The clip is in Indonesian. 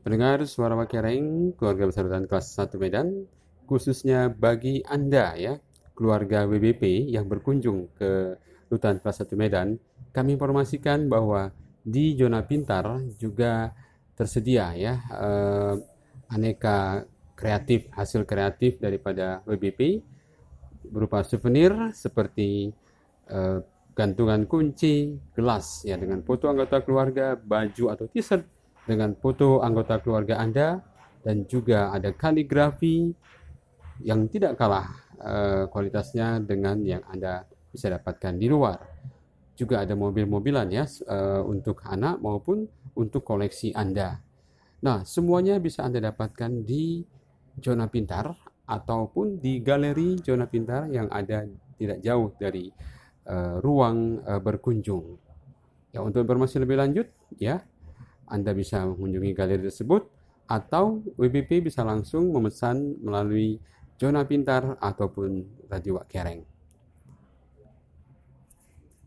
Pendengar Suara Makereng, keluarga besar Rutan kelas 1 Medan, khususnya bagi Anda ya, keluarga WBP yang berkunjung ke Rutan kelas 1 Medan, kami informasikan bahwa di zona pintar juga tersedia ya aneka kreatif, hasil kreatif daripada WBP berupa souvenir seperti eh, gantungan kunci, gelas ya dengan foto anggota keluarga, baju atau t-shirt dengan foto anggota keluarga Anda, dan juga ada kaligrafi yang tidak kalah kualitasnya dengan yang Anda bisa dapatkan di luar. Juga ada mobil-mobilan ya untuk anak maupun untuk koleksi Anda. Nah, semuanya bisa Anda dapatkan di Zona Pintar ataupun di Galeri Zona Pintar yang ada tidak jauh dari ruang berkunjung. Ya, untuk informasi lebih lanjut ya, Anda bisa mengunjungi galeri tersebut atau WBP bisa langsung memesan melalui Zona Pintar ataupun Radio Wak Kereng.